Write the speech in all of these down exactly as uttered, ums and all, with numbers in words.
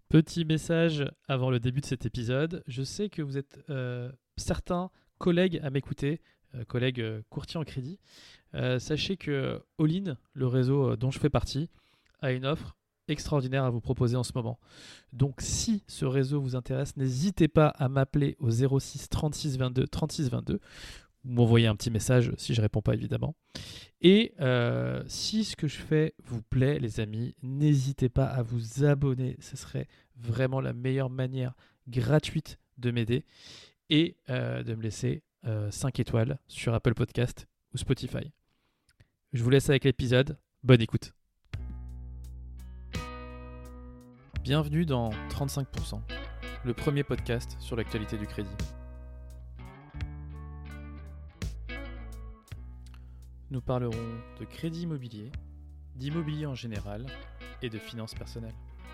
Petit message avant le début de cet épisode. Je sais que vous êtes euh, certains collègues à m'écouter, euh, collègues euh, courtiers en crédit. Euh, sachez que All-in, le réseau euh, dont je fais partie, a une offre extraordinaire à vous proposer en ce moment. Donc si ce réseau vous intéresse, n'hésitez pas à m'appeler au zéro six trente-six vingt-deux trente-six vingt-deux ou m'envoyer un petit message si je ne réponds pas évidemment. Et euh, si ce que je fais vous plaît, les amis, n'hésitez pas à vous abonner. Ce serait vraiment la meilleure manière gratuite de m'aider et euh, de me laisser euh, cinq étoiles sur Apple Podcast ou Spotify. Je vous laisse avec l'épisode. Bonne écoute. Bienvenue dans trente-cinq pour cent, le premier podcast sur l'actualité du crédit. Nous parlerons de crédit immobilier, d'immobilier en général et de finances personnelles.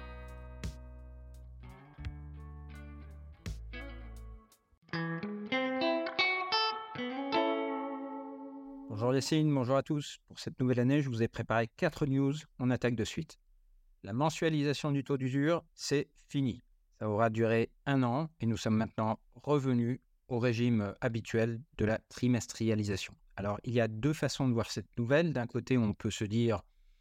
Bonjour Yacine, bonjour à tous. Pour cette nouvelle année, je vous ai préparé quatre news. On attaque de suite. La mensualisation du taux d'usure, c'est fini. Ça aura duré un an et nous sommes maintenant revenus au régime habituel de la trimestrialisation. Alors, il y a deux façons de voir cette nouvelle. D'un côté, on peut se dire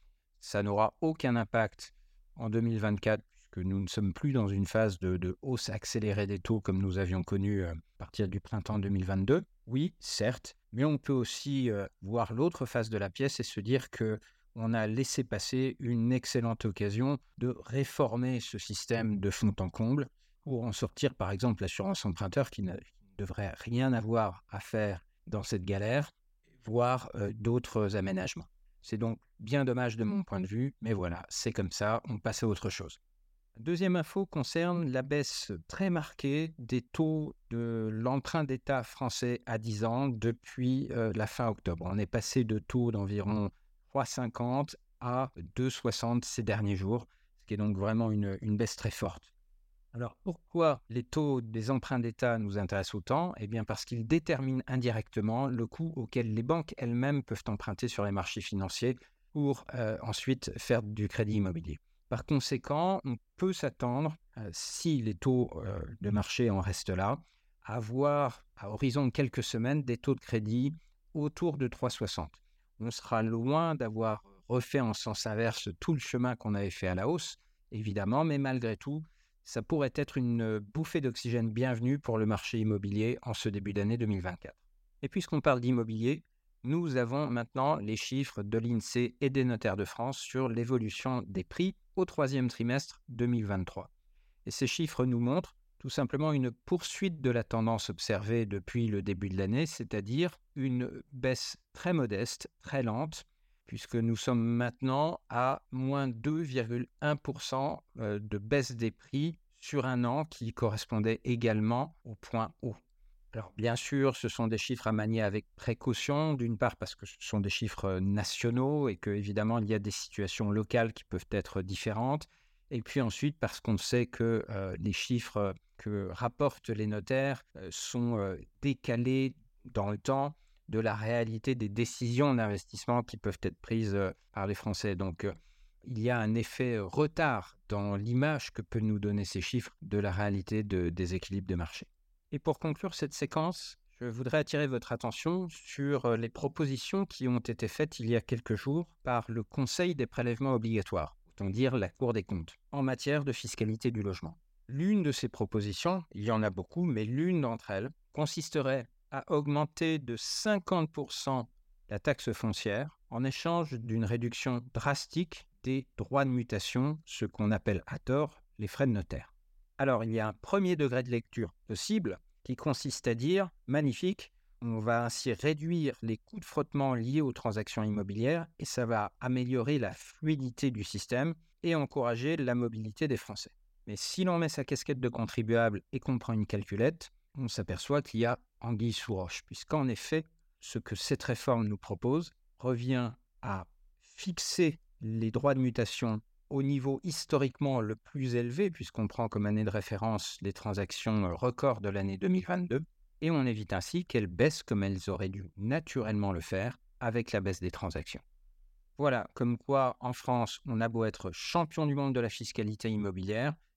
ça n'aura aucun impact en deux mille vingt-quatre puisque nous ne sommes plus dans une phase de, de hausse accélérée des taux comme nous avions connu à partir du printemps deux mille vingt-deux. Oui, certes, mais on peut aussi euh, voir l'autre face de la pièce et se dire qu'on a laissé passer une excellente occasion de réformer ce système de fond en comble pour en sortir par exemple l'assurance emprunteur qui ne, qui ne devrait rien avoir à faire dans cette galère, voire euh, d'autres aménagements. C'est donc bien dommage de mon point de vue, mais voilà, c'est comme ça, on passe à autre chose. Deuxième info concerne la baisse très marquée des taux de l'emprunt d'État français à dix ans depuis euh, la fin octobre. On est passé de taux d'environ trois virgule cinquante à deux virgule soixante ces derniers jours, ce qui est donc vraiment une, une baisse très forte. Alors pourquoi les taux des emprunts d'État nous intéressent autant ? Eh bien parce qu'ils déterminent indirectement le coût auquel les banques elles-mêmes peuvent emprunter sur les marchés financiers pour euh, ensuite faire du crédit immobilier. Par conséquent, on peut s'attendre, euh, si les taux euh, de marché en restent là, à avoir à horizon de quelques semaines des taux de crédit autour de trois virgule soixante. On sera loin d'avoir refait en sens inverse tout le chemin qu'on avait fait à la hausse, évidemment, mais malgré tout, ça pourrait être une bouffée d'oxygène bienvenue pour le marché immobilier en ce début d'année deux mille vingt-quatre. Et puisqu'on parle d'immobilier, nous avons maintenant les chiffres de l'INSEE et des notaires de France sur l'évolution des prix au troisième trimestre deux mille vingt-trois. Et ces chiffres nous montrent tout simplement une poursuite de la tendance observée depuis le début de l'année, c'est-à-dire une baisse très modeste, très lente, puisque nous sommes maintenant à moins deux virgule un pour cent de baisse des prix sur un an qui correspondait également au point haut. Alors bien sûr, ce sont des chiffres à manier avec précaution, d'une part parce que ce sont des chiffres nationaux et qu'évidemment il y a des situations locales qui peuvent être différentes, et puis ensuite parce qu'on sait que euh, les chiffres que rapportent les notaires euh, sont euh, décalés dans le temps de la réalité des décisions d'investissement qui peuvent être prises euh, par les Français. Donc euh, il y a un effet retard dans l'image que peuvent nous donner ces chiffres de la réalité de, des équilibres de marché. Et pour conclure cette séquence, je voudrais attirer votre attention sur les propositions qui ont été faites il y a quelques jours par le Conseil des prélèvements obligatoires, autant dire la Cour des comptes, en matière de fiscalité du logement. L'une de ces propositions, il y en a beaucoup, mais l'une d'entre elles consisterait à augmenter de cinquante pour cent la taxe foncière en échange d'une réduction drastique des droits de mutation, ce qu'on appelle à tort les frais de notaire. Alors, il y a un premier degré de lecture possible qui consiste à dire « magnifique, on va ainsi réduire les coûts de frottement liés aux transactions immobilières et ça va améliorer la fluidité du système et encourager la mobilité des Français. » Mais si l'on met sa casquette de contribuable et qu'on prend une calculette, on s'aperçoit qu'il y a anguille sous roche, puisqu'en effet, ce que cette réforme nous propose revient à fixer les droits de mutation au niveau historiquement le plus élevé, puisqu'on prend comme année de référence les transactions records de l'année deux mille vingt-deux, et on évite ainsi qu'elles baissent comme elles auraient dû naturellement le faire avec la baisse des transactions. Voilà, comme quoi en France, on a beau être champion du monde de la fiscalité immobilière,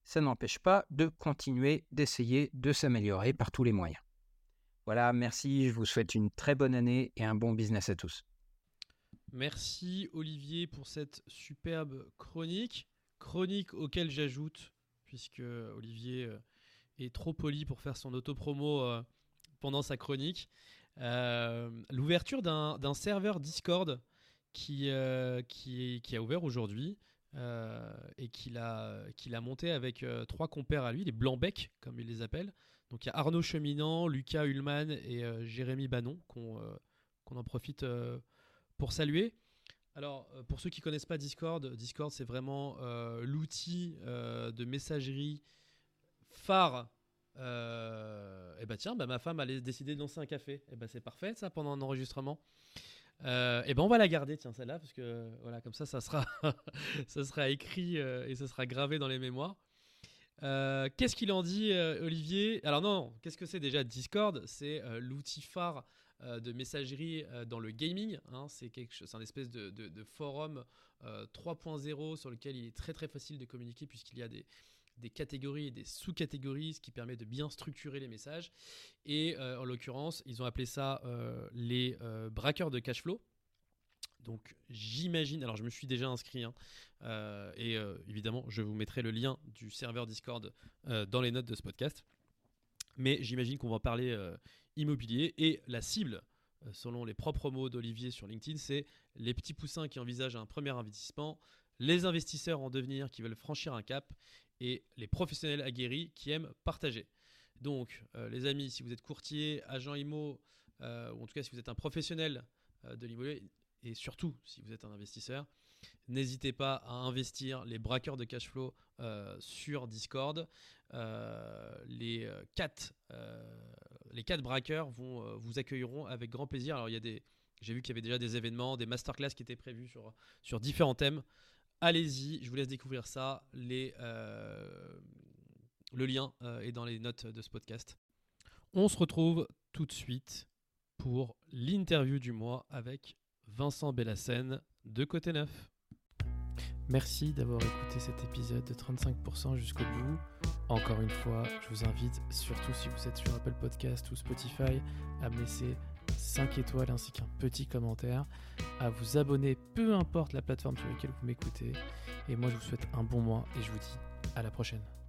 ça n'empêche pas de continuer d'essayer de s'améliorer par tous les moyens. Voilà, merci, je vous souhaite une très bonne année et un bon business à tous. Merci Olivier pour cette superbe chronique. Chronique auquel j'ajoute, puisque Olivier est trop poli pour faire son auto-promo pendant sa chronique, euh, l'ouverture d'un, d'un serveur Discord qui, euh, qui, qui a ouvert aujourd'hui euh, et qu'il a, qu'il a monté avec euh, trois compères à lui, les Blancs-Becs, comme il les appelle. Donc il y a Arnaud Cheminant, Lucas Ullmann et euh, Jérémy Bannon qu'on, euh, qu'on en profite euh, pour saluer. Alors, euh, pour ceux qui ne connaissent pas Discord, Discord c'est vraiment euh, l'outil euh, de messagerie phare. Euh, et bah tiens, bah ma femme a décidé de lancer un café. Et bah c'est parfait ça pendant un enregistrement. Euh, et ben on va la garder, tiens celle-là, parce que voilà, comme ça, ça sera, ça sera écrit euh, et ça sera gravé dans les mémoires. Euh, qu'est-ce qu'il en dit, euh, Olivier ? Alors non, non, qu'est-ce que c'est déjà Discord ? C'est euh, l'outil phare euh, de messagerie euh, dans le gaming. Hein, c'est, quelque chose, c'est un espèce de, de, de forum euh, trois point zéro sur lequel il est très très facile de communiquer puisqu'il y a des, des catégories et des sous-catégories, ce qui permet de bien structurer les messages. Et euh, en l'occurrence, ils ont appelé ça euh, les euh, braqueurs de cash flow. Donc j'imagine, alors je me suis déjà inscrit hein, euh, et euh, évidemment je vous mettrai le lien du serveur Discord euh, dans les notes de ce podcast. Mais j'imagine qu'on va parler euh, immobilier et la cible, euh, selon les propres mots d'Olivier sur LinkedIn, c'est les petits poussins qui envisagent un premier investissement, les investisseurs en devenir qui veulent franchir un cap et les professionnels aguerris qui aiment partager. Donc euh, les amis, si vous êtes courtier, agent immo, euh, ou en tout cas si vous êtes un professionnel euh, de l'immobilier, et surtout si vous êtes un investisseur, n'hésitez pas à investir les braqueurs de cash flow euh, sur Discord. Euh, les, quatre, euh, les quatre braqueurs vont, euh, vous accueilleront avec grand plaisir. Alors, il y a des, j'ai vu qu'il y avait déjà des événements, des masterclass qui étaient prévus sur, sur différents thèmes. Allez-y, je vous laisse découvrir ça. Les, euh, le lien euh, est dans les notes de ce podcast. On se retrouve tout de suite pour l'interview du mois avec Vincent Bellassène de Côté Neuf. Merci d'avoir écouté cet épisode de trente-cinq pour cent jusqu'au bout. Encore une fois, je vous invite, surtout si vous êtes sur Apple Podcast ou Spotify, à me laisser cinq étoiles ainsi qu'un petit commentaire, à vous abonner, peu importe la plateforme sur laquelle vous m'écoutez. Et moi, je vous souhaite un bon mois et je vous dis à la prochaine.